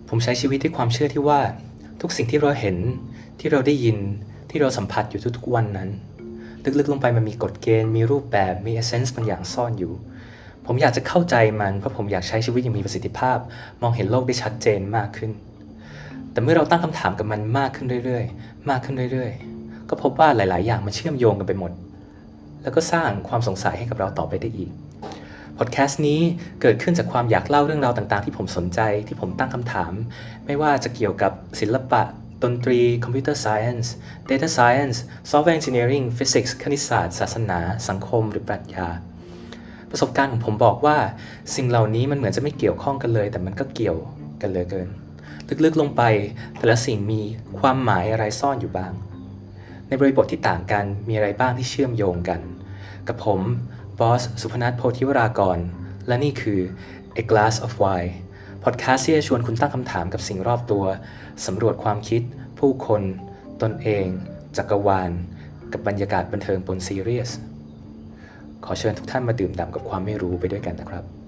ผมใช้ชีวิตด้วยความเชื่อที่ว่าทุกสิ่งที่เราเห็นที่เราได้ยินที่เราสัมผัสอยู่ทุกๆวันนั้นลึกๆลงไปมันมีกฎเกณฑ์มีรูปแบบมีเอเซนส์บางอย่างซ่อนอยู่ผมอยากจะเข้าใจมันเพราะผมอยากใช้ชีวิตอย่างมีประสิทธิภาพมองเห็นโลกได้ชัดเจนมากขึ้นแต่เมื่อเราตั้งคำถามกับมันมากขึ้นเรื่อยๆมากขึ้นเรื่อยๆก็พบว่าหลายๆอย่างมันเชื่อมโยงกันไปหมดแล้วก็สร้างความสงสัยให้กับเราต่อไปได้อีกพอดแคสต์นี้เกิดขึ้นจากความอยากเล่าเรื่องราวต่างๆที่ผมสนใจที่ผมตั้งคำถามไม่ว่าจะเกี่ยวกับศิลปะดนตรี Computer Science Data Science Software Engineering Physics คณิตศาสตร์ศาสนาสังคมหรือปรัชญาประสบการณ์ของผมบอกว่าสิ่งเหล่านี้มันเหมือนจะไม่เกี่ยวข้องกันเลยแต่มันก็เกี่ยวกันเหลือเกินลึกๆลงไปแต่ละสิ่งมีความหมายอะไรซ่อนอยู่บ้างในบริบทที่ต่างกันมีอะไรบ้างที่เชื่อมโยงกันกับผมบอสสุพนัท โพธิวรากรและนี่คือ A Glass of Wine พอดแคสต์ที่จะชวนคุณตั้งคำถามกับสิ่งรอบตัวสำรวจความคิดผู้คนตนเองจักรวาลกับบรรยากาศบันเทิงปนซีเรียสขอเชิญทุกท่านมาดื่มด่ำกับความไม่รู้ไปด้วยกันนะครับ